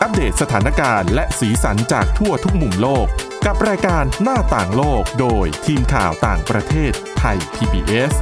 อัปเดตสถานการณ์และสีสันจากทั่วทุกมุมโลกกับรายการหน้าต่างโลกโดยทีมข่าวต่างประเทศไทย PBS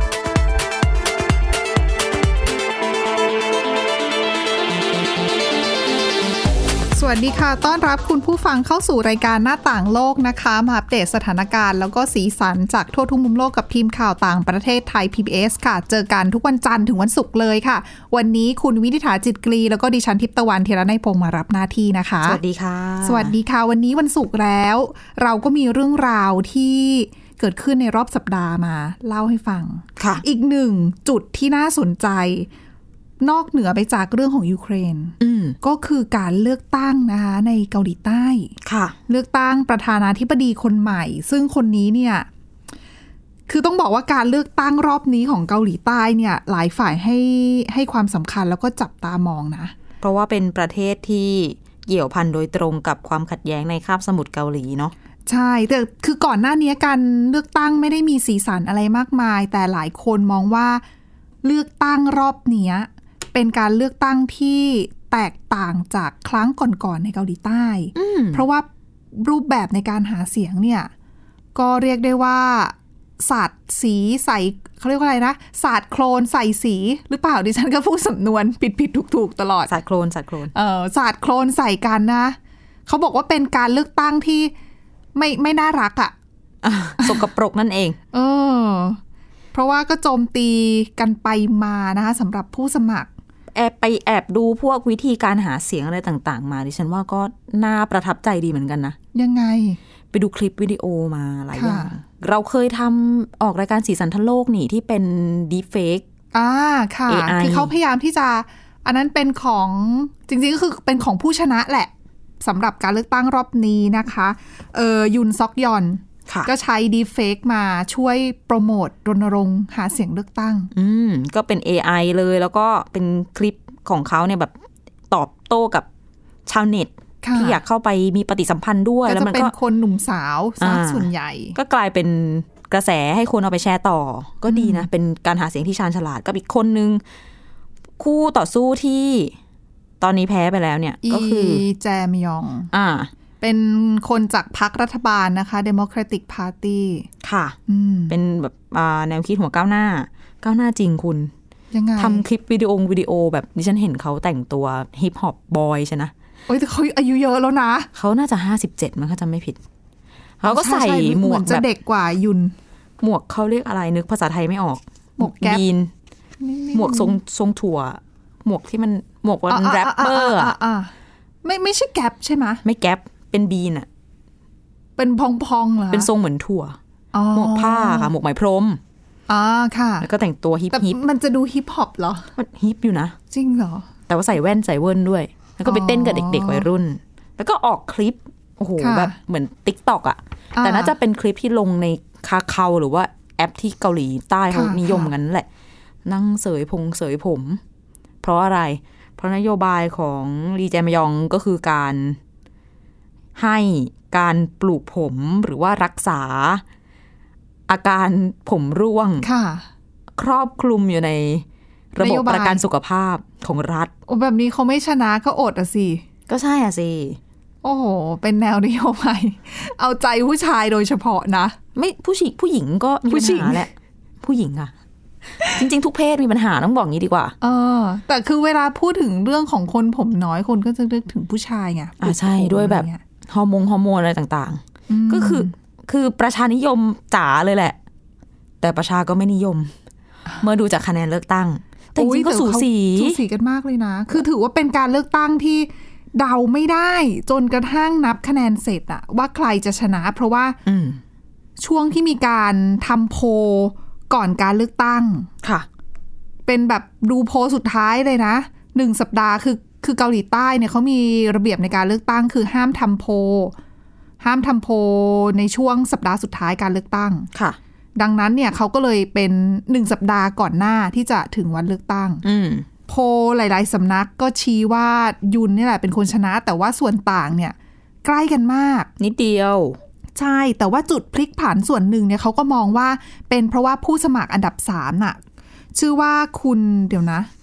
สวัสดีค่ะต้อนรับคุณผู้ฟังเข้าสู่รายการหน้าต่างโลกนะคะมาอัปเดตสถานการณ์แล้วก็สีสันจากทั่วทุกมุมโลกกับทีมข่าวต่างประเทศไทย PBS ค่ะเจอกันทุกวันจันทร์ถึงวันศุกร์เลยค่ะวันนี้คุณวินิษฐาจิตกรีแล้วก็ดิฉันทิพย์ตะวันธีรนัยพงษ์มารับหน้าที่นะคะสวัสดีค่ะสวัสดีค่ะวันนี้วันศุกร์แล้วเราก็มีเรื่องราวที่เกิดขึ้นในรอบสัปดาห์มาเล่าให้ฟังค่ะอีกหนึ่งจุดที่น่าสนใจนอกเหนือไปจากเรื่องของยูเครนก็คือการเลือกตั้งนะคะในเกาหลีใต้ค่ะเลือกตั้งประธานาธิบดีคนใหม่ซึ่งคนนี้เนี่ยคือต้องบอกว่าการเลือกตั้งรอบนี้ของเกาหลีใต้เนี่ยหลายฝ่ายให้ความสำคัญแล้วก็จับตามองนะเพราะว่าเป็นประเทศที่เกี่ยวพันโดยตรงกับความขัดแย้งในคาบสมุทรเกาหลีเนาะใช่แต่คือก่อนหน้านี้การเลือกตั้งไม่ได้มีสีสันอะไรมากมายแต่หลายคนมองว่าเลือกตั้งรอบนี้เป็นการเลือกตั้งที่แตกต่างจากครั้งก่อนๆในเกาหลีใต้เพราะว่ารูปแบบในการหาเสียงเนี่ยก็เรียกได้ว่าสาดสีใส่เขาเรียกว่าอะไรนะสาดโคลนใส่สีหรือเปล่าดิฉันก็พูดสำนวนผิดถูกตลอดสาดโคลนสาดโคลนสาดโคลนใส่กันนะเขาบอกว่าเป็นการเลือกตั้งที่ไม่น่ารักอ่ะสกปรกนั่นเองเพราะว่าก็โจมตีกันไปมานะคะสำหรับผู้สมัครแอบดูพวกวิธีการหาเสียงอะไรต่างๆมาดิฉันว่าก็น่าประทับใจดีเหมือนกันนะยังไงไปดูคลิปวิดีโอมาหลายอย่างเราเคยทำออกรายการสีสันทันโลกนี่ที่เป็น Deepfake ค่ะ AI คือเขาพยายามที่จะอันนั้นเป็นของจริงๆก็คือเป็นของผู้ชนะแหละสำหรับการเลือกตั้งรอบนี้นะคะยุนซอกยอนก็ใช้ Deepfake มาช่วยโปรโมทรณรงค์หาเสียงเลือกตั้งก็เป็น AI เลยแล้วก็เป็นคลิปของเขาเนี่ยแบบตอบโต้กับชาวเน็ตที่อยากเข้าไปมีปฏิสัมพันธ์ด้วยแล้วมันก็เป็นคนหนุ่มสาวส่วนใหญ่ก็กลายเป็นกระแสให้คนเอาไปแชร์ต่อก็ดีนะเป็นการหาเสียงที่ชาญฉลาดกับอีกคนนึงคู่ต่อสู้ที่ตอนนี้แพ้ไปแล้วเนี่ยก็คือแจมยองเป็นคนจากพรรครัฐบาลนะคะ Democratic Party ค่ะเป็นแบบแนวคิดหัวก้าวหน้าจริงคุณยังไงทำคลิปวิดีโอแบบดิฉันเห็นเขาแต่งตัวฮิปฮอปบอยใช่นะโอ้ยแต่เขาอายุเยอะแล้วนะเขาน่าจะ57มั้งถ้าจำไม่ผิดเขาก็ใส่หมวกจะเด็กกว่ายุนหมวกเขาเรียกอะไรนึกภาษาไทยไม่ออกหมวกแก๊ปหมวกทรงถั่วหมวกที่มันหมวกวันแรปเปอร์ไม่ใช่แก๊ปใช่ไหมไม่แก๊ปเป็นบีนอะเป็นพองๆเหรอเป็นทรงเหมือนถั่วหมวกผ้าค่ะหมวกไหมพรมค่ะแล้วก็แต่งตัวฮิปมันจะดูฮิปฮอปเหรอมันฮิปอยู่นะจริงเหรอแต่ว่าใส่แว่นใส่เวิร์นด้วยแล้วก็ไปเต้นกับเด็กๆวัยรุ่นแล้วก็ออกคลิปโอ้โหแบบเหมือน TikTok อ่ะแต่น่าจะเป็นคลิปที่ลงในคาเคาหรือว่าแอปที่เกาหลีใต้เขานิยมกันแหละนั่งเสยผมเพราะอะไรเพราะนโยบายของลีแจมยองก็คือการให้การปลูกผมหรือว่ารักษาอาการผมร่วงครอบคลุมอยู่ในระบบประกันสุขภาพของรัฐแบบนี้เขาไม่ชนะก็อดอ่ะสิก็ใช่อ่ะสิโอ้โหเป็นแนวนโยบายเอาใจผู้ชายโดยเฉพาะนะไม่ผู้หญิงก็มีปัญหาแหละผู้หญิงอะจริงๆทุกเพศมีปัญหาต้องบอกงี้ดีกว่าแต่คือเวลาพูดถึงเรื่องของคนผมน้อยคนก็จะนึกถึงผู้ชายไงใช่ด้วยแบบฮอร์โมนอะไรต่างๆก็คือประชานิยมจ๋าเลยแหละแต่ประชาก็ไม่นิยมเมื่อดูจากคะแนนเลือกตั้งแต่จริงๆก็สูสีกันมากเลยนะคือถือว่าเป็นการเลือกตั้งที่เดาไม่ได้จนกระทั่งนับคะแนนเสร็จอะว่าใครจะชนะเพราะว่าช่วงที่มีการทำโพลก่อนการเลือกตั้งค่ะเป็นแบบดูโพลสุดท้ายเลยนะ1 สัปดาห์คือเกาหลีใต้เนี่ยเขามีระเบียบในการเลือกตั้งคือห้ามทำโพลในช่วงสัปดาห์สุดท้ายการเลือกตั้งค่ะดังนั้นเนี่ยเขาก็เลยเป็น1 สัปดาห์ก่อนหน้าที่จะถึงวันเลือกตั้งโพลหลายๆสำนักก็ชี้ว่ายุนนี่แหละเป็นคนชนะแต่ว่าส่วนต่างเนี่ยใกล้กันมากนิดเดียวใช่แต่ว่าจุดพลิกผันส่วนหนึ่งเนี่ยเขาก็มองว่าเป็นเพราะว่าผู้สมัครอันดับ3น่ะชื่อว่าคุณเดี๋ยวนะ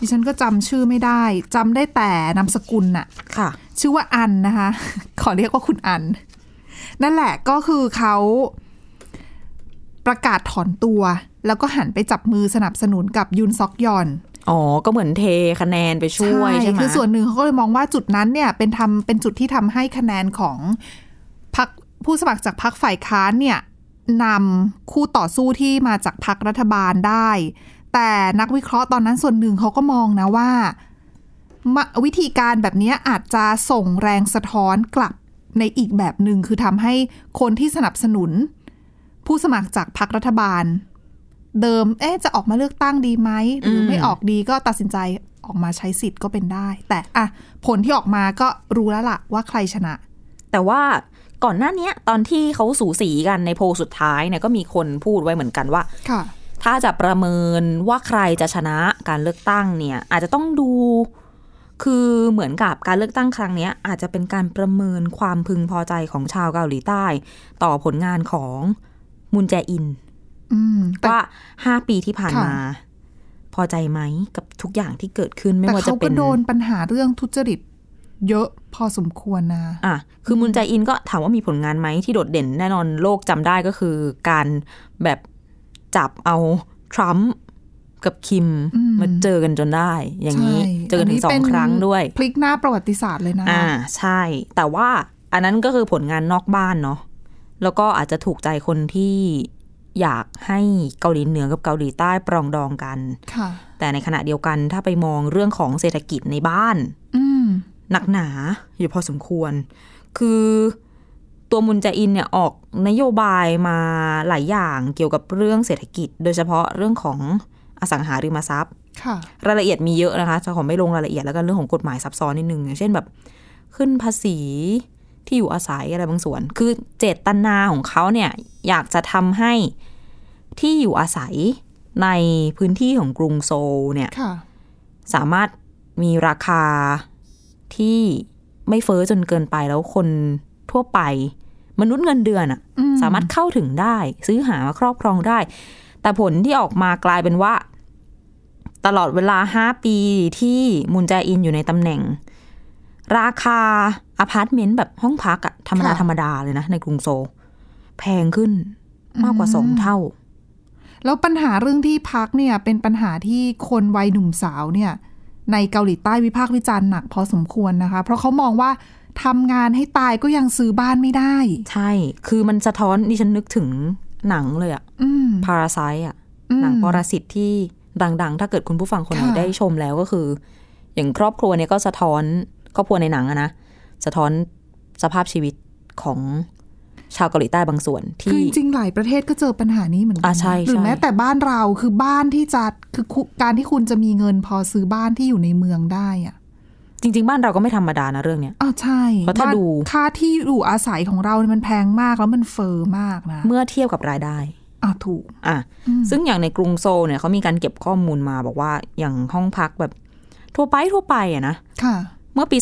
ดิฉันก็จำชื่อไม่ได้จำได้แต่นามสกุลน่ะค่ะชื่อว่าอันนะคะ ขอเรียกว่าคุณอันนั่นแหละก็คือเขาประกาศถอนตัวแล้วก็หันไปจับมือสนับสนุนกับยุนซอกยอนอ๋อก็เหมือนเทคะแนนไปช่วยใช่ไหมคือส่วนหนึ่งเขาก็เลยมองว่าจุดนั้นเนี่ยเป็นจุดที่ทำให้คะแนนของพรรคผู้สมัครจากพรรคฝ่ายค้านเนี่ยนำคู่ต่อสู้ที่มาจากพรรครัฐบาลได้แต่นักวิเคราะห์ตอนนั้นส่วนหนึ่งเขาก็มองนะว่าวิธีการแบบนี้อาจจะส่งแรงสะท้อนกลับในอีกแบบหนึ่งคือทำให้คนที่สนับสนุนผู้สมัครจากพรรครัฐบาลเดิมจะออกมาเลือกตั้งดีไหมหรือไม่ออกดีก็ตัดสินใจออกมาใช้สิทธิ์ก็เป็นได้แต่ผลที่ออกมาก็รู้แล้วล่ะว่าใครชนะแต่ว่าก่อนหน้านี้ตอนที่เขาสูสีกันในโพลสุดท้ายเนี่ยก็มีคนพูดไว้เหมือนกันว่าถ้าจะประเมินว่าใครจะชนะการเลือกตั้งเนี่ยอาจจะต้องดูคือเหมือนกับการเลือกตั้งครั้งนี้อาจจะเป็นการประเมินความพึงพอใจของชาวเกาหลีใต้ต่อผลงานของมุนแจอินว่า5 ปีที่ผ่านมาพอใจไหมกับทุกอย่างที่เกิดขึ้นไม่ว่าจะเป็นแต่เขาก็โดนปัญหาเรื่องทุจริตเยอะพอสมควรนะคือมุนแจอินก็ถามว่ามีผลงานไหมที่โดดเด่นแน่นอนโลกจำได้ก็คือการแบบจับเอาทรัมป์กับคิมมาเจอกันจนได้อย่างนี้เจอกันถึง2 ครั้งด้วยพลิกหน้าประวัติศาสตร์เลยนะใช่แต่ว่าอันนั้นก็คือผลงานนอกบ้านเนาะแล้วก็อาจจะถูกใจคนที่อยากให้เกาหลีเหนือกับเกาหลีใต้ปรองดองกันแต่ในขณะเดียวกันถ้าไปมองเรื่องของเศรษฐกิจในบ้านหนักหนาอยู่พอสมควรคือตัวมุนแจอินเนี่ยออกนโยบายมาหลายอย่างเกี่ยวกับเรื่องเศรษฐกิจโดยเฉพาะเรื่องของอสังหาริมทรัพย์รายละเอียดมีเยอะนะคะจะขอไม่ลงรายละเอียดแล้วกันเรื่องของกฎหมายซับซ้อนนิดนึงอย่างเช่นแบบขึ้นภาษีที่อยู่อาศัยอะไรบางส่วนคือเจตนาของเขาเนี่ยอยากจะทำให้ที่อยู่อาศัยในพื้นที่ของกรุงโซลเนี่ยสามารถมีราคาที่ไม่เฟ้อจนเกินไปแล้วคนทั่วไปมนุษย์เงินเดือนสามารถเข้าถึงได้ซื้อหามาครอบครองได้แต่ผลที่ออกมากลายเป็นว่าตลอดเวลา5 ปีที่มุนแจอินอยู่ในตำแหน่งราคาอพาร์ตเมนต์แบบห้องพักธรรมดาเลยนะในกรุงโซลแพงขึ้นมากกว่า2 เท่าแล้วปัญหาเรื่องที่พักเนี่ยเป็นปัญหาที่คนวัยหนุ่มสาวเนี่ยในเกาหลีใต้วิพากษ์วิจารณ์หนักพอสมควรนะคะเพราะเขามองว่าทำงานให้ตายก็ยังซื้อบ้านไม่ได้ใช่คือมันสะท้อนดิฉันนึกถึงหนังเลยพาราไซต์หนังปรสิตที่ดังๆถ้าเกิดคุณผู้ฟังคนไหนได้ชมแล้วก็คืออย่างครอบครัวเนี่ยก็สะท้อนครอบครัวในหนังนะสะท้อนสภาพชีวิตของชาวเกาหลีใต้บางส่วนที่คือจริงๆหลายประเทศก็เจอปัญหานี้เหมือนกันหรือแม้แต่บ้านเราคือบ้านที่จะคือการที่คุณจะมีเงินพอซื้อบ้านที่อยู่ในเมืองได้จริงๆบ้านเราก็ไม่ธรรมดานะเรื่องเนี้ยใช่เพราะถ้าดูค่าที่อยู่อาศัยของเรามันแพงมากแล้วมันเฟ้อมากนะเมื่อเทียบกับรายได้ถูกซึ่งอย่างในกรุงโซลเนี่ยเขามีการเก็บข้อมูลมาบอกว่าอย่างห้องพักแบบทั่วไปนะเมื่อปี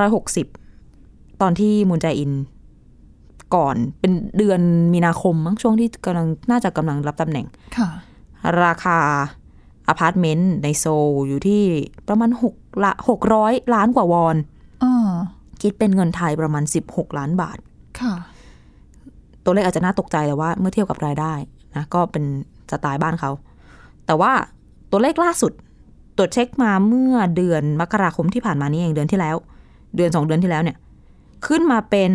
2560ตอนที่มุนแจอินก่อนเป็นเดือนมีนาคมมั้งช่วงที่น่าจะกำลังรับตำแหน่งราคาอพาร์ตเมนต์ในโซลอยู่ที่ประมาณ600 ล้านกว่าวอนคิดเป็นเงินไทยประมาณ16 ล้านบาทตัวเลขอาจจะน่าตกใจแต่ว่าเมื่อเทียบกับรายได้นะก็เป็นสไตล์บ้านเขาแต่ว่าตัวเลขล่าสุดตรวจเช็คมาเมื่อเดือนมกราคมที่ผ่านมานี้เองเดือนที่แล้ว2 เดือนที่แล้วเนี่ยขึ้นมาเป็น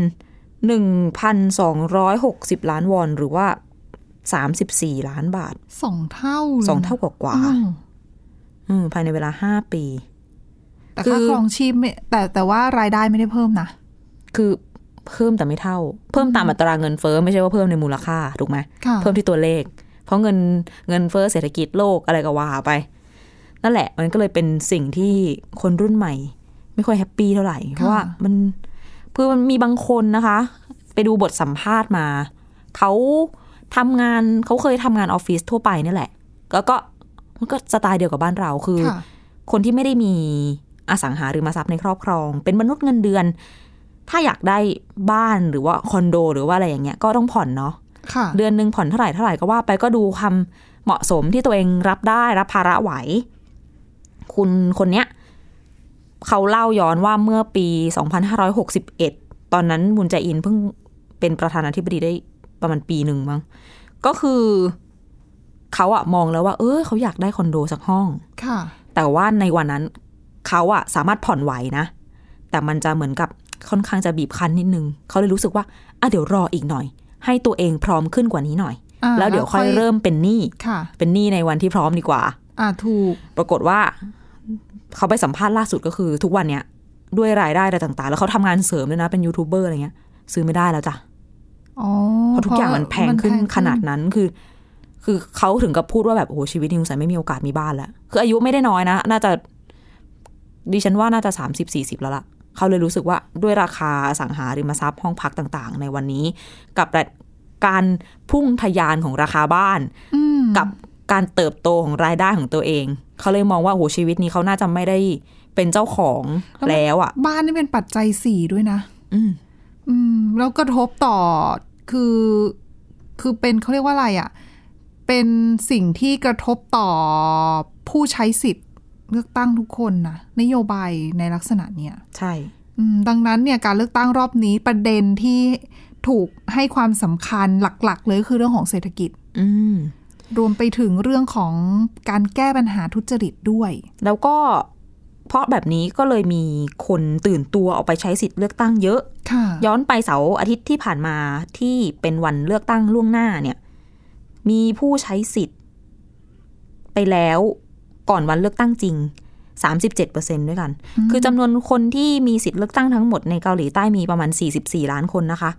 1,260 ล้านวอนหรือว่า34 ล้านบาท 2 เท่า 2 เท่ากว่าภายในเวลา5 ปีแต่ค่าครองชีพแต่ว่ารายได้ไม่ได้เพิ่มนะคือเพิ่มแต่ไม่เท่าเพิ่มตามอัตราเงินเฟ้อไม่ใช่ว่าเพิ่มในมูลค่าถูกไหมเพิ่มที่ตัวเลขเพราะเงินเฟ้อเศรษฐกิจโลกอะไรก็ว่าไปนั่นแหละมันก็เลยเป็นสิ่งที่คนรุ่นใหม่ไม่ค่อยแฮปปี้เท่าไหร่เพราะว่ามันมีบางคนนะคะไปดูบทสัมภาษณ์มาเขาเคยทำงานออฟฟิศทั่วไปนี่แหละแล้วก็มันก็สไตล์เดียวกับบ้านเราคือคนที่ไม่ได้มีอสังหาริมทรัพย์ในครอบครองเป็นมนุษย์เงินเดือนถ้าอยากได้บ้านหรือว่าคอนโดหรือว่าอะไรอย่างเงี้ยก็ต้องผ่อนเนาะเดือนนึงผ่อนเท่าไหร่ก็ว่าไปก็ดูความเหมาะสมที่ตัวเองรับได้รับภาระไหวคุณคนเนี้ยเขาเล่าย้อนว่าเมื่อปี2561ตอนนั้นมุนแจอินเพิ่งเป็นประธานาธิบดีได้ประมาณปีหนึ่งมั้งก็คือเขาอะมองแล้วว่าเขาอยากได้คอนโดสักห้องค่ะแต่ว่าในวันนั้นเขาอะสามารถผ่อนไหวนะแต่มันจะเหมือนกับค่อนข้างจะบีบคั้นนิดนึงเขาเลยรู้สึกว่าเดี๋ยวรออีกหน่อยให้ตัวเองพร้อมขึ้นกว่านี้หน่อยแล้วเดี๋ยวค่อยเริ่มเป็นหนี้เป็นหนี้ในวันที่พร้อมดีกว่าถูกปรากฏว่าเขาไปสัมภาษณ์ล่าสุดก็คือทุกวันเนี้ยด้วยรายได้อะไรต่างๆแล้วเขาทำงานเสริมด้วยนะเป็นยูทูบเบอร์อะไรเงี้ยซื้อไม่ได้แล้วจ้ะเพราะทุกอย่างมันแพงขึ้นขนาดนั้นคือเขาถึงกับพูดว่าแบบโอ้ชีวิตนี้สงสัยไม่มีโอกาสมีบ้านแล้วคืออายุไม่ได้น้อยนะน่าจะดิฉันว่าน่าจะ30-40แล้วล่ะเขาเลยรู้สึกว่าด้วยราคาอสังหาริมทรัพย์ห้องพักต่างๆในวันนี้กับการพุ่งทะยานของราคาบ้านกับการเติบโตของรายได้ของตัวเองเขาเลยมองว่าโหชีวิตนี้เขาน่าจะไม่ได้เป็นเจ้าของแล้วอ่ะบ้านนี่เป็นปัจจัย4ด้วยนะแล้วกระทบต่อคือเป็นเขาเรียกว่าอะไรอ่ะเป็นสิ่งที่กระทบต่อผู้ใช้สิทธิ์เลือกตั้งทุกคนนะนโยบายในลักษณะเนี้ยใช่ดังนั้นเนี่ยการเลือกตั้งรอบนี้ประเด็นที่ถูกให้ความสำคัญหลักๆเลยคือเรื่องของเศรษฐกิจรวมไปถึงเรื่องของการแก้ปัญหาทุจริตด้วยแล้วก็เพราะแบบนี้ก็เลยมีคนตื่นตัวออกไปใช้สิทธิ์เลือกตั้งเยอะย้อนไปเสาร์อาทิตย์ที่ผ่านมาที่เป็นวันเลือกตั้งล่วงหน้าเนี่ยมีผู้ใช้สิทธิ์ไปแล้วก่อนวันเลือกตั้งจริง 37% ด้วยกันคือจำนวนคนที่มีสิทธิ์เลือกตั้งทั้งหมดในเกาหลีใต้มีประมาณ44ล้านคนนะคะ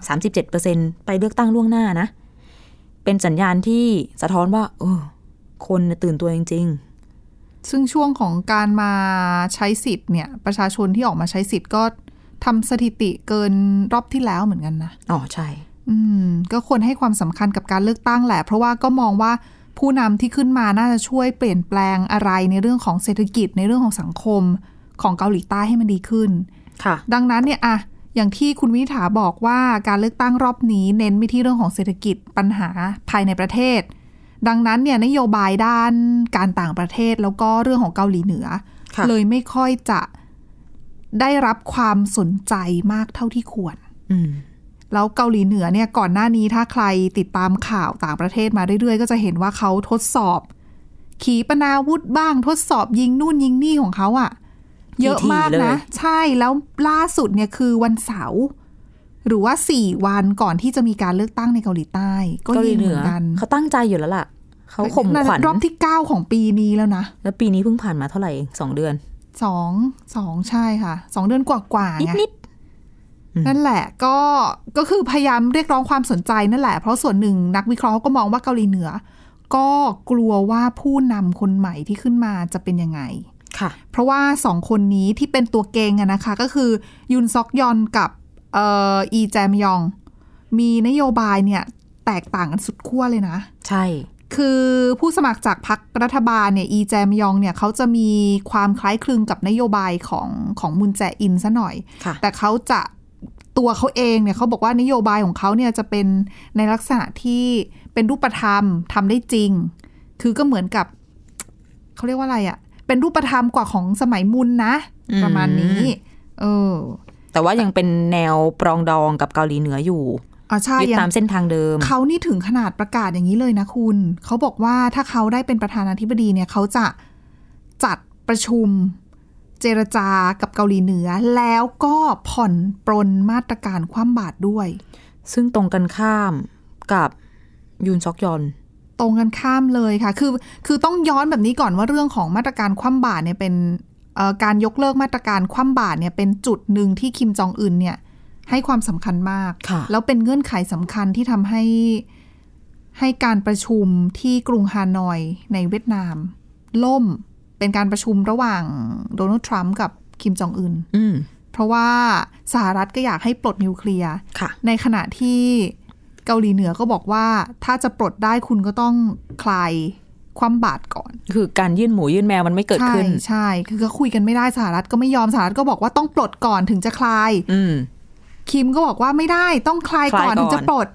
37% ไปเลือกตั้งล่วงหน้านะเป็นสัญญาณที่สะท้อนว่าคนตื่นตัวจริงๆซึ่งช่วงของการมาใช้สิทธิ์เนี่ยประชาชนที่ออกมาใช้สิทธิ์ก็ทำสถิติเกินรอบที่แล้วเหมือนกันนะใช่ก็ควรให้ความสำคัญกับการเลือกตั้งแหละเพราะว่าก็มองว่าผู้นำที่ขึ้นมาน่าจะช่วยเปลี่ยนแปลงอะไรในเรื่องของเศรษฐกิจในเรื่องของสังคมของเกาหลีใต้ให้มันดีขึ้นค่ะดังนั้นเนี่ยอย่างที่คุณวินิษฐาบอกว่าการเลือกตั้งรอบนี้เน้นไปที่เรื่องของเศรษฐกิจปัญหาภายในประเทศดังนั้นเนี่ยนโยบายด้านการต่างประเทศแล้วก็เรื่องของเกาหลีเหนือเลยไม่ค่อยจะได้รับความสนใจมากเท่าที่ควรแล้วเกาหลีเหนือเนี่ยก่อนหน้านี้ถ้าใครติดตามข่าวต่างประเทศมาเรื่อยๆก็จะเห็นว่าเขาทดสอบขีปนาวุธบ้างทดสอบยิงนู่นยิงนี่ของเขาเยอะมากนะใช่แล้วล่าสุดเนี่ยคือวันเสาร์หรือว่า4วันก่อนที่จะมีการเลือกตั้งในเกาหลีใต้ก็ยิงเหมือนกันเขาตั้งใจอยู่แล้วล่ะเขาข่มขวัญรอบที่9ของปีนี้แล้วนะแล้วปีนี้เพิ่งผ่านมาเท่าไหร่2เดือน 2ใช่ค่ะ2เดือนกว่าๆไงนั่นแหละก็คือพยายามเรียกร้องความสนใจนั่นแหละเพราะส่วนหนึ่งนักวิเคราะห์ก็มองว่าเกาหลีเหนือก็กลัวว่าผู้นำคนใหม่ที่ขึ้นมาจะเป็นยังไงเพราะว่า2คนนี้ที่เป็นตัวเก่งนะคะก็คือยุนซอกยอนกับอีแจมยองมีนโยบายเนี่ยแตกต่างกันสุดขั้วเลยนะใช่คือผู้สมัครจากพรรครัฐบาลเนี่ยอีแจมยองเนี่ยเขาจะมีความคล้ายคลึงกับนโยบายของมุนแจอินซะหน่อยแต่เขาจะตัวเขาเองเนี่ยเขาบอกว่านโยบายของเขาเนี่ยจะเป็นในลักษณะที่เป็นรูปธรรมทำได้จริงคือก็เหมือนกับเขาเรียกว่าอะไรเป็นรูปธรรมกว่าของสมัยมุนนะประมาณนี้แต่ว่ายังเป็นแนวปรองดองกับเกาหลีเหนืออยู่ยึดตามเส้นทางเดิมเขานี่ถึงขนาดประกาศอย่างนี้เลยนะคุณเขาบอกว่าถ้าเขาได้เป็นประธานาธิบดีเนี่ยเขาจะจัดประชุมเจรจากับเกาหลีเหนือแล้วก็ผ่อนปรนมาตรการคว่ำบาตรด้วยซึ่งตรงกันข้ามกับยุนซอกยอนตรงกันข้ามเลยค่ะคือต้องย้อนแบบนี้ก่อนว่าเรื่องของมาตรการคว่ำบาตรเนี่ยเป็นการยกเลิกมาตรการคว่ำบาตรเนี่ยเป็นจุดหนึ่งที่คิมจองอึนเนี่ยให้ความสำคัญมากแล้วเป็นเงื่อนไขสำคัญที่ทำให้การประชุมที่กรุงฮานอยในเวียดนามล่มเป็นการประชุมระหว่างโดนัลด์ทรัมป์กับคิมจองอึนเพราะว่าสหรัฐก็อยากให้ปลดนิวเคลียร์ในขณะที่เกาหลีเหนือก็บอกว่าถ้าจะปลดได้คุณก็ต้องคลายคว่ำบาตรก่อนคือการยื่นหมูยื่นแมวมันไม่เกิดขึ้นใช่คือก็คุยกันไม่ได้สหรัฐก็ไม่ยอมสหรัฐก็บอกว่าต้องปลดก่อนถึงจะคลายคิมก็บอกว่าไม่ได้ต้องคลายก่อนถึงจะปลด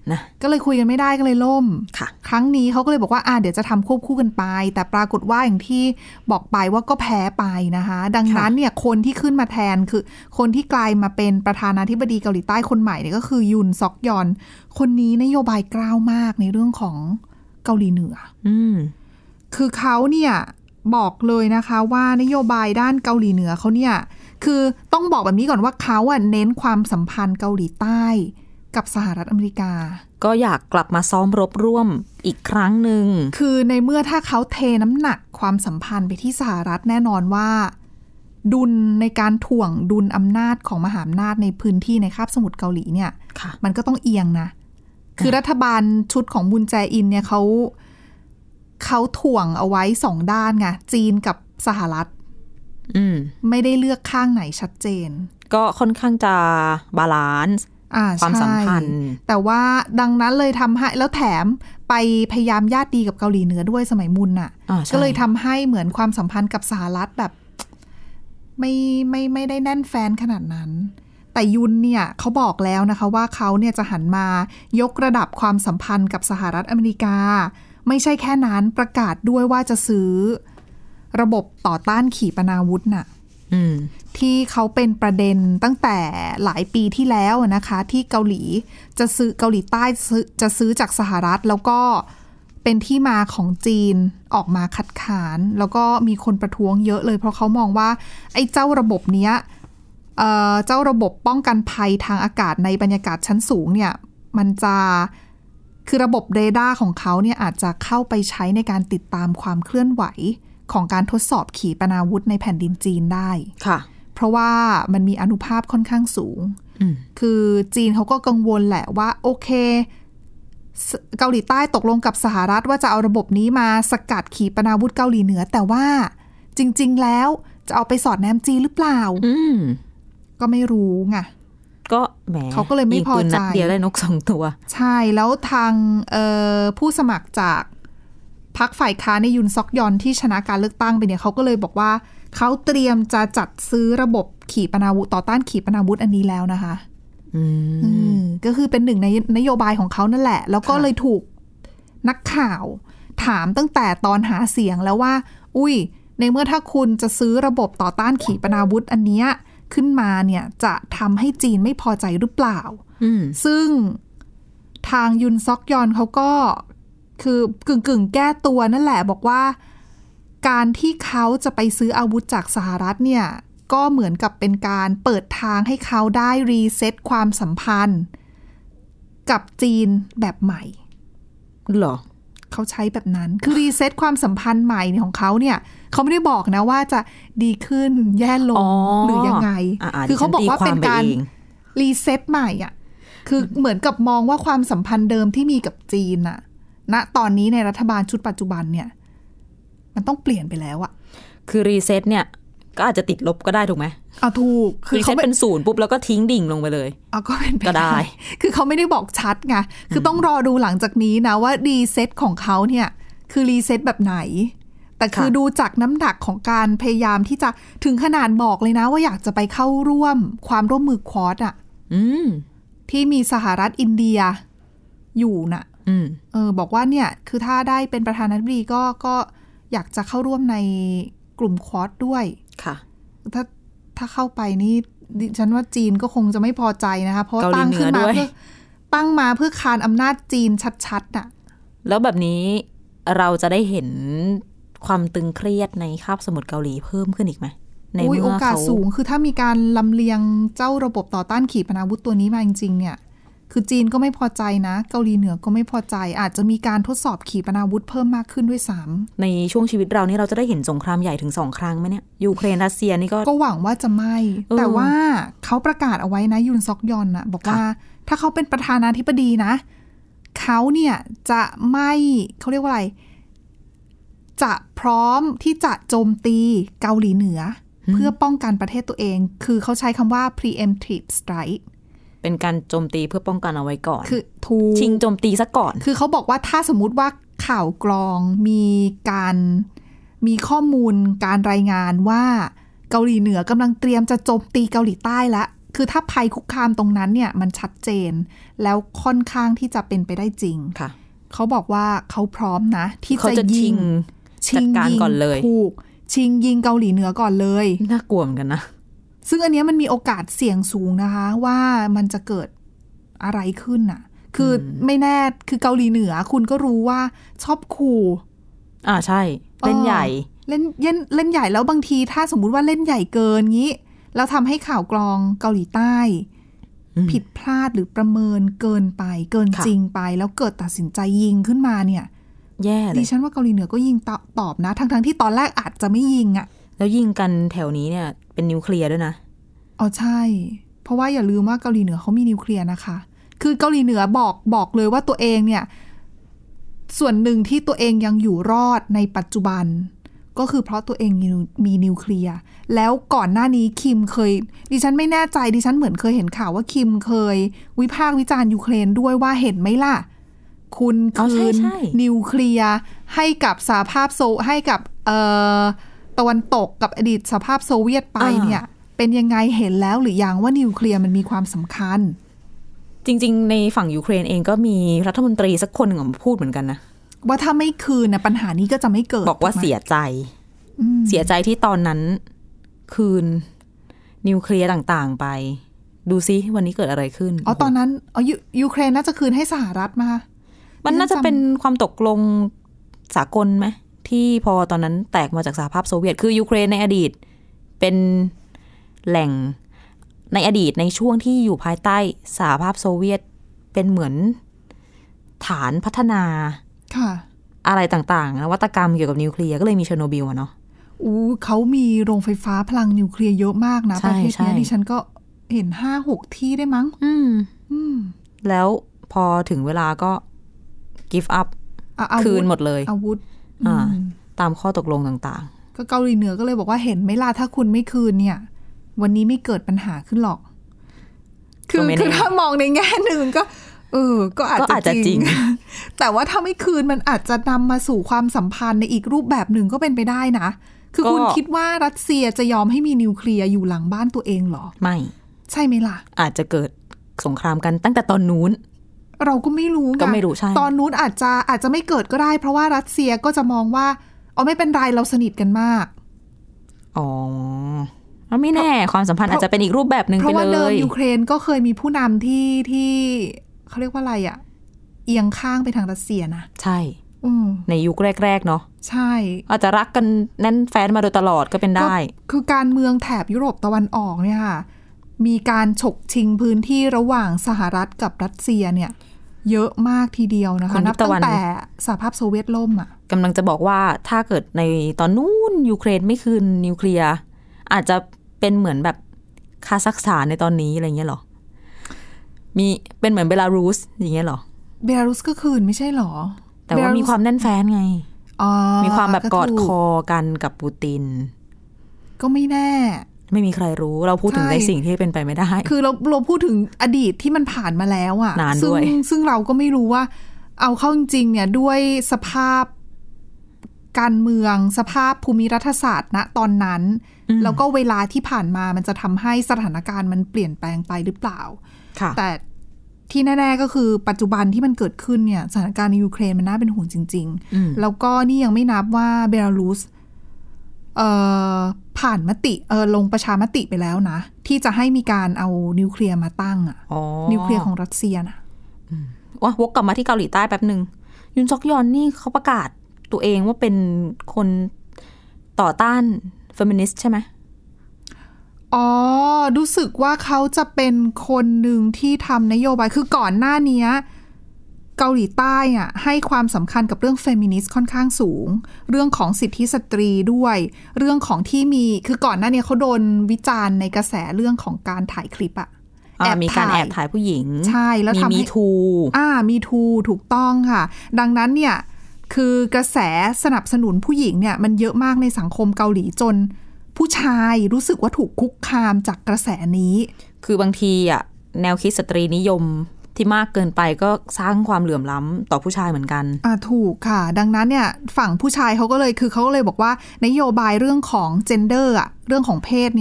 นะก็เลยคุยกันไม่ได้ก็เลยล่มค่ะครั้งนี้เขาก็เลยบอกว่าเดี๋ยวจะทำควบคู่กันไปแต่ปรากฏว่าอย่างที่บอกไปว่าก็แพ้ไปนะคะดังนั้นเนี่ยคนที่ขึ้นมาแทนคือคนที่กลายมาเป็นประธานาธิบดีเกาหลีใต้คนใหม่เนี่ยก็คือยุนซอกยอนคนนี้นโยบายกล้าวมากในเรื่องของเกาหลีเหนือคือเขาเนี่ยบอกเลยนะคะว่านโยบายด้านเกาหลีเหนือเขาเนี่ยคือต้องบอกแบบนี้ก่อนว่าเขาเน้นความสัมพันธ์เกาหลีใต้กับสหรัฐอเมริกาก็อยากกลับมาซ้อมรบร่วมอีกครั้งหนึ่งคือในเมื่อถ้าเขาเทน้ำหนักความสัมพันธ์ไปที่สหรัฐแน่นอนว่าดุลในการถ่วงดุลอำนาจของมหาอำนาจในพื้นที่ในคาบสมุทรเกาหลีเนี่ยมันก็ต้องเอียงนะคือรัฐบาลชุดของมุนแจอินเนี่ยเขาถ่วงเอาไว้2ด้านไงจีนกับสหรัฐไม่ได้เลือกข้างไหนชัดเจนก็ค่อนข้างจะบาลานซ์ความสัมพันธ์แต่ว่าดังนั้นเลยทำให้แล้วแถมไปพยายามญาติดีกับเกาหลีเหนือด้วยสมัยมุนน่ะก็เลยทำให้เหมือนความสัมพันธ์กับสหรัฐแบบไม่ได้แน่นแฟนขนาดนั้นแต่ยุนเนี่ยเขาบอกแล้วนะคะว่าเขาเนี่ยจะหันมายกระดับความสัมพันธ์กับสหรัฐอเมริกาไม่ใช่แค่นั้นประกาศด้วยว่าจะซื้อระบบต่อต้านขีปนาวุธน่ะที่เขาเป็นประเด็นตั้งแต่หลายปีที่แล้วนะคะที่เกาหลีใต้จะซื้อจากสหรัฐแล้วก็เป็นที่มาของจีนออกมาคัดค้านแล้วก็มีคนประท้วงเยอะเลยเพราะเขามองว่าไอ้เจ้าระบบเนี้ยเจ้าระบบป้องกันภัยทางอากาศในบรรยากาศชั้นสูงเนี่ยมันจะคือระบบเรดาร์ของเขาเนี่ยอาจจะเข้าไปใช้ในการติดตามความเคลื่อนไหวของการทดสอบขีปนาวุธในแผ่นดินจีนได้ค่ะเพราะว่ามันมีอานุภาพค่อนข้างสูงคือจีนเขาก็กังวลแหละว่าโอเคเกาหลีใต้ตกลงกับสหรัฐว่าจะเอาระบบนี้มาสกัดขีปนาวุธเกาหลีเหนือแต่ว่าจริงๆแล้วจะเอาไปสอดแนมจีนหรือเปล่าก็ไม่รู้ไงก็แหมเขาก็เลยไม่พอใจเดียวได้นก2 ตัวใช่แล้วทางผู้สมัครจากพรรคฝ่ายค้านในยุนซอกยอนที่ชนะการเลือกตั้งไปเนี่ยเขาก็เลยบอกว่าเขาเตรียมจะจัดซื้อระบบขีปนาวุธต่อต้านขีปนาวุธอันนี้แล้วนะคะก็คือเป็นหนึ่งในนโยบายของเขานั่นแหละแล้วก็เลยถูกนักข่าวถามตั้งแต่ตอนหาเสียงแล้วว่าอุ้ยในเมื่อถ้าคุณจะซื้อระบบต่อต้านขีปนาวุธอันนี้ขึ้นมาเนี่ยจะทำให้จีนไม่พอใจหรือเปล่าซึ่งทางยุนซอกยอนเขาก็คือกึ่งแก้ตัวนั่นแหละบอกว่าการที่เขาจะไปซื้ออาวุธจากสหรัฐเนี่ยก็เหมือนกับเป็นการเปิดทางให้เขาได้รีเซ็ตความสัมพันธ์กับจีนแบบใหม่เหรอเขาใช้แบบนั้นคือรีเซ็ตความสัมพันธ์ใหม่ของเขาเนี่ยเขาไม่ได้บอกนะว่าจะดีขึ้นแย่ลงหรือยังไงคือเขาบอกว่าเป็นการรีเซ็ตใหม่อ่ะคือเหมือนกับมองว่าความสัมพันธ์เดิมที่มีกับจีนน่ะณตอนนี้ในรัฐบาลชุดปัจจุบันเนี่ยมันต้องเปลี่ยนไปแล้วอะคือรีเซ็ตเนี่ยก็อาจจะติดลบก็ได้ถูกไหมถูกคือเขาเป็น0ปุ๊บแล้วก็ทิ้งดิ่งลงไปเลยก็เป็นก็ได้คือเขาไม่ได้บอกชัดไงคือต้องรอดูหลังจากนี้นะว่ารีเซ็ตของเขาเนี่ยคือรีเซ็ตแบบไหนแต่คือดูจากน้ำหนักของการพยายามที่จะถึงขนาดบอกเลยนะว่าอยากจะไปเข้าร่วมความร่วมมือควอดอะที่มีสหรัฐอินเดียอยู่น่ะบอกว่าเนี่ยคือถ้าได้เป็นประธานาธิบดีก็อยากจะเข้าร่วมในกลุ่มควอดด้วยค่ะถ้าเข้าไปนี่ดิฉันว่าจีนก็คงจะไม่พอใจนะคะเพราะตั้งขึ้นมาเพื่อคานอำนาจจีนชัดๆน่ะแล้วแบบนี้เราจะได้เห็นความตึงเครียดในคาบสมุทรเกาหลีเพิ่มขึ้นอีกไหมในเมื่อโอกาสสูงคือถ้ามีการลำเลียงเจ้าระบบต่อต้านขีปนาวุธตัวนี้มาจริงๆเนี่ยคือจีนก็ไม่พอใจนะเกาหลีเหนือก็ไม่พอใจอาจจะมีการทดสอบขีปนาวุธเพิ่มมากขึ้นด้วยซ้ำในช่วงชีวิตเรานี่เราจะได้เห็นสงครามใหญ่ถึง2 ครั้งไหมเนี่ยยูเครนรัสเซียนี่ก็หวังว่าจะไม่แต่ว่าเขาประกาศเอาไว้นะยุนซอกยอนนะบอกว่าถ้าเขาเป็นประธานาธิบดีนะเขาเนี่ยจะไม่เขาเรียกว่าอะไรจะพร้อมที่จะโจมตีเกาหลีเหนือเพื่อป้องกันประเทศตัวเองคือเขาใช้คำว่า preemptive strike เป็นการโจมตีเพื่อป้องกันเอาไว้ก่อนคือชิงโจมตีซะก่อนคือเขาบอกว่าถ้าสมมุติว่าข่าวกรองมีข้อมูลการรายงานว่าเกาหลีเหนือกำลังเตรียมจะโจมตีเกาหลีใต้แล้วคือถ้าภัยคุกคามตรงนั้นเนี่ยมันชัดเจนแล้วค่อนข้างที่จะเป็นไปได้จริงค่ะเขาบอกว่าเขาพร้อมนะที่จะยิงจัดการก่อนเลยถูกชิงยิงเกาหลีเหนือก่อนเลยน่ากลัวเหมือนกันนะซึ่งอันนี้มันมีโอกาสเสี่ยงสูงนะคะว่ามันจะเกิดอะไรขึ้นน่ะคือไม่แน่คือเกาหลีเหนือคุณก็รู้ว่าชอบขู่ใช่เล่นใหญ่เล่นใหญ่แล้วบางทีถ้าสมมุติว่าเล่นใหญ่เกินงี้แล้วทำให้ข่าวกรองเกาหลีใต้ผิดพลาดหรือประเมินเกินไปเกินจริงไปแล้วเกิดตัดสินใจยิงขึ้นมาเนี่ยแย่เลยดิฉันว่าเกาหลีเหนือก็ยิงตอบนะทั้งที่ตอนแรกอาจจะไม่ยิงแล้วยิงกันแถวนี้เนี่ยเป็นนิวเคลียร์ด้วยนะใช่เพราะว่าอย่าลืมว่าเกาหลีเหนือเขามีนิวเคลียร์นะคะคือเกาหลีเหนือบอกเลยว่าตัวเองเนี่ยส่วนหนึ่งที่ตัวเองยังอยู่รอดในปัจจุบันก็คือเพราะตัวเองมีนิวเคลียร์แล้วก่อนหน้านี้คิมเคยดิฉันไม่แน่ใจดิฉันเหมือนเคยเห็นข่าวว่าคิมเคยวิพากษ์วิจารณ์ยูเครนด้วยว่าเห็นไหมล่ะคุณคืนนิวเคลียร์ให้กับสหภาพให้กับตะวันตกกับอดีตสหภาพโซเวียตไปเนี่ยเป็นยังไงเห็นแล้วหรือยังว่านิวเคลียร์มันมีความสำคัญจริงๆในฝั่งยูเครนเองก็มีรัฐมนตรีสักคนหนึ่งออกมาพูดเหมือนกันนะว่าถ้าไม่คืนนะปัญหานี้ก็จะไม่เกิดบอกว่าเสียใจที่ตอนนั้นคืนนิวเคลียร์ต่างๆไปดูซิวันนี้เกิดอะไรขึ้นตอนนั้นยูเครนน่าจะคืนให้สหรัฐมามันน่าจะเป็นความตกลงสากลไหมที่พอตอนนั้นแตกมาจากสหภาพโซเวียตคือยูเครนในอดีตเป็นแหล่งในอดีตในช่วงที่อยู่ภายใต้สหภาพโซเวียตเป็นเหมือนฐานพัฒนาอะไรต่างๆนวัตกรรมเกี่ยวกับนิวเคลียร์ก็เลยมีเชอร์โนบิลเนาะเขามีโรงไฟฟ้าพลังนิวเคลียร์เยอะมากนะประเทศนี้ดิฉันก็เห็น 5-6 ที่ได้มั้งแล้วพอถึงเวลาก็ give up คืนหมดเลยอาวุธตามข้อตกลงต่างๆก็เกาหลีเหนือก็เลยบอกว่าเห็นไหมล่ะถ้าคุณไม่คืนเนี่ยวันนี้ไม่เกิดปัญหาขึ้นหรอกคือถ้ามองในแง่หนึ่งก็อาจจะจริงแต่ว่าถ้าไม่คืนมันอาจจะนำมาสู่ความสัมพันธ์ในอีกรูปแบบหนึ่งก็เป็นไปได้นะคือคุณคิดว่ารัสเซียจะยอมให้มีนิวเคลียร์อยู่หลังบ้านตัวเองหรอไม่ใช่ไหมล่ะอาจจะเกิดสงครามกันตั้งแต่ตอนนู้นเราก็ไม่รู้ก็ไม่รู้ใช่ตอนนู้นอาจจะไม่เกิดก็ได้เพราะว่ารัสเซียก็จะมองว่าไม่เป็นไรเราสนิทกันมากไม่แน่ความสัมพันธ์อาจจะเป็นอีกรูปแบบนึงไปเลยเพราะว่าเดิมยูเครนก็เคยมีผู้นำที่เขาเรียกว่าอะไรเอียงข้างไปทางรัสเซียนะใช่ในยุคแรกๆเนาะใช่อาจจะรักกันแน่นแฟนมาโดยตลอดก็เป็นได้คือการเมืองแถบยุโรปตะวันออกเนี่ยค่ะมีการฉกชิงพื้นที่ระหว่างสหรัฐกับรัสเซียเนี่ยเยอะมากทีเดียวนะคะนับตั้งแต่สหภาพโซเวียตล่มกำลังจะบอกว่าถ้าเกิดในตอนนู้นยูเครนไม่คืนนิวเคลียร์อาจจะเป็นเหมือนแบบคาซัคสถานในตอนนี้อะไรเงี้ยหรอมีเป็นเหมือนเบลารุสอย่างเงี้ยหรอเบลารุสก็คืนไม่ใช่หรอแต่ว่ามีความแน่นแฟ้นไงมีความแบบกอดคอกันกับปูตินก็ไม่แน่ไม่มีใครรู้เราพูดถึงในสิ่งที่เป็นไปไม่ได้คือเราพูดถึงอดีตที่มันผ่านมาแล้วนานด้วยซึ่งเราก็ไม่รู้ว่าเอาเข้าจริงๆเนี่ยด้วยสภาพการเมืองสภาพภูมิรัฐศาสตร์ณตอนนั้นแล้วก็เวลาที่ผ่านมามันจะทำให้สถานการณ์มันเปลี่ยนแปลงไปหรือเปล่าแต่ที่แน่ๆก็คือปัจจุบันที่มันเกิดขึ้นเนี่ยสถานการณ์ในยูเครนมันน่าเป็นห่วงจริงๆแล้วก็นี่ยังไม่นับว่าเบลารุสผ่านมติลงประชามติไปแล้วนะที่จะให้มีการเอานิวเคลียร์มาตั้งนิวเคลียร์ของรัสเซียนะวกกลับมาที่เกาหลีใต้แป๊บนึงยุนซอกยอนนี่เขาประกาศตัวเองว่าเป็นคนต่อต้านเฟมินิสต์ใช่ไหมรู้สึกว่าเขาจะเป็นคนหนึ่งที่ทำนโยบายคือก่อนหน้านี้เกาหลีใต้ให้ความสำคัญกับเรื่องเฟมินิสต์ค่อนข้างสูงเรื่องของสิทธิสตรีด้วยเรื่องของที่คือก่อนหน้านี้เขาโดนวิจารณ์ในกระแสเรื่องของการถ่ายคลิปมีการแอบถ่ายผู้หญิงใช่แล้วทำให้มีทูถูกต้องค่ะดังนั้นเนี่ยคือกระแสสนับสนุนผู้หญิงเนี่ยมันเยอะมากในสังคมเกาหลีจนผู้ชายรู้สึกว่าถูกคุกคามจากกระแสนี้คือบางทีแนวคิดสตรีนิยมที่มากเกินไปก็สร้างความเหลื่อมล้ำต่อผู้ชายเหมือนกันถูกค่ะดังนั้นเนี่ยฝั่งผู้ชายเขาก็เลยบอกว่านโยบายเรื่องของ gender เรื่องของเพศเนี่ย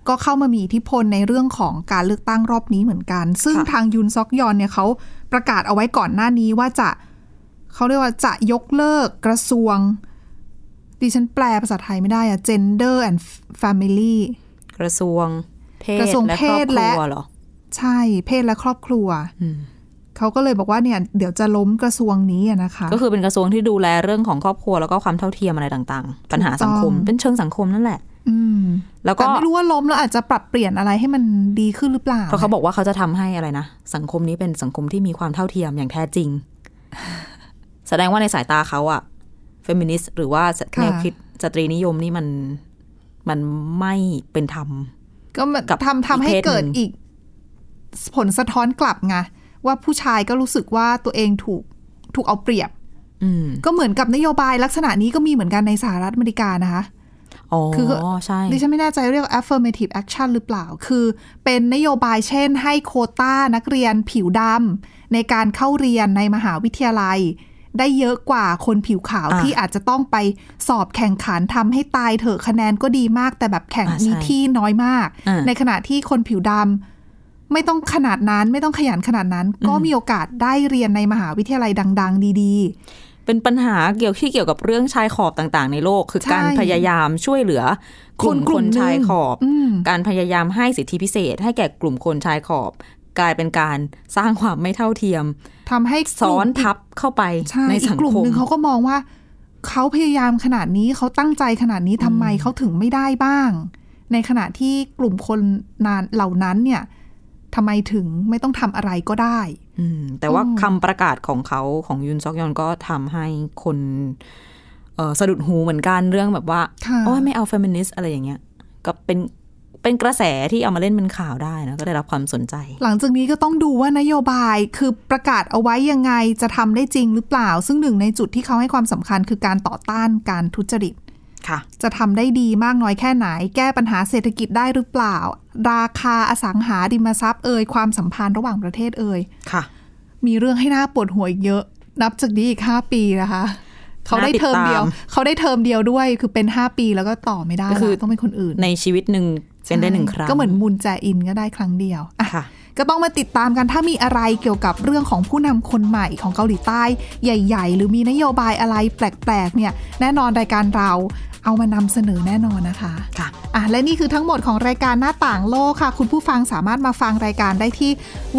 ก็เข้ามามีอิทธิพลในเรื่องของการเลือกตั้งรอบนี้เหมือนกันซึ่งทางยุนซอกยอนเนี่ยเขาประกาศเอาไว้ก่อนหน้านี้ว่าเขาเรียกว่าจะยกเลิกกระทรวงดิฉันแปลภาษาไทยไม่ได้อะ Gender and Family กระทรวงเพศและครอบครัวเหรอใช่เพศและครอบครัวเขาก็เลยบอกว่าเนี่ยเดี๋ยวจะล้มกระทรวงนี้นะคะก็คือเป็นกระทรวงที่ดูแลเรื่องของครอบครัวแล้วก็ความเท่าเทียมอะไรต่างๆปัญหาสังคมเป็นเชิงสังคมนั่นแหละแล้วก็แต่ไม่รู้ว่าล้มแล้วอาจจะปรับเปลี่ยนอะไรให้มันดีขึ้นหรือเปล่าเพราะเขาบอกว่าเขาจะทำให้อะไรนะสังคมนี้เป็นสังคมที่มีความเท่าเทียมอย่างแท้จริง แสดงว่าในสายตาเขาอะเฟมินิสต์หรือว่าแนวคิดสตรีนิยมนี่มันไม่เป็นธรรมก็ทำให้เกิดอีกผลสะท้อนกลับไงว่าผู้ชายก็รู้สึกว่าตัวเองถูกเอาเปรียบก็เหมือนกับนโยบายลักษณะนี้ก็มีเหมือนกันในสหรัฐอเมริกานะคะคือใช่ดิฉันไม่แน่ใจเรียก affirmative action หรือเปล่าคือเป็นนโยบายเช่นให้โควต้านักเรียนผิวดำในการเข้าเรียนในมหาวิทยาลัยได้เยอะกว่าคนผิวขาวที่อาจจะต้องไปสอบแข่งขันทำให้ตายเถอะคะแนนก็ดีมากแต่แบบแข่งมีที่น้อยมากในขณะที่คนผิวดำไม่ต้องขนาดนั้นไม่ต้องขยันขนาดนั้นก็มีโอกาสได้เรียนในมหาวิทยาลัยดังๆดีๆเป็นปัญหาเกี่ยวกับเรื่องชายขอบต่างๆในโลกคือการพยายามช่วยเหลือกลุ่มคนชายขอบการพยายามให้สิทธิพิเศษให้แก่กลุ่มคนชายขอบกลายเป็นการสร้างความไม่เท่าเทียมทำให้ซ้อนทับเข้าไปในสังคมอีกกลุ่มนึงเขาก็มองว่าเขาพยายามขนาดนี้เขาตั้งใจขนาดนี้ทำไมเขาถึงไม่ได้บ้างในขณะที่กลุ่มคนเหล่านั้นเนี่ยทำไมถึงไม่ต้องทำอะไรก็ได้แต่ว่าคำประกาศของเขาของยุนซอกยอนก็ทำให้คนสะดุดหูเหมือนกันเรื่องแบบว่าโอ้ยไม่เอาเฟมินิสต์อะไรอย่างเงี้ยก็เป็นกระแสที่เอามาเล่นเป็นข่าวได้นะก็ได้รับความสนใจหลังจากนี้ก็ต้องดูว่านโยบายคือประกาศเอาไว้ยังไงจะทำได้จริงหรือเปล่าซึ่งหนึ่งในจุดที่เขาให้ความสำคัญคือการต่อต้านการทุจริตจะทำได้ดีมากน้อยแค่ไหนแก้ปัญหาเศรษฐกิจได้หรือเปล่าราคาอสังหาริมทรัพย์ความสัมพันธ์ระหว่างประเทศมีเรื่องให้น่าปวดหัวอีกเยอะนับจากนี้อีก5 ปีนะคะเขาได้เทอมเดียวด้วยคือเป็น5 ปีแล้วก็ต่อไม่ได้คือต้องเป็นคนอื่นในชีวิตหนึ่งเป็นได้1 ครั้งก็เหมือนมูนแจอินก็ได้ครั้งเดียวก็ต้องมาติดตามกันถ้ามีอะไรเกี่ยวกับเรื่องของผู้นำคนใหม่ของเกาหลีใต้ใหญ่ๆหรือมีนโยบายอะไรแปลกๆเนี่ยแน่นอนรายการเราเอามานำเสนอแน่นอนนะคะและนี่คือทั้งหมดของรายการหน้าต่างโลกค่ะคุณผู้ฟังสามารถมาฟังรายการได้ที่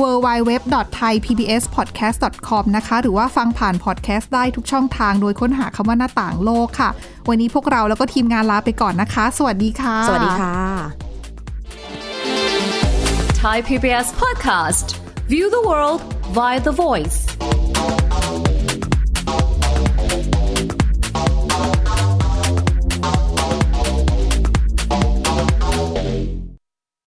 www.thaipbspodcast.com นะคะหรือว่าฟังผ่านพอดแคสต์ได้ทุกช่องทางโดยค้นหาคำว่าหน้าต่างโลกค่ะวันนี้พวกเราแล้วก็ทีมงานลาไปก่อนนะคะสวัสดีค่ะสวัสดีค่ะ Thai PBS Podcast View the world via the voice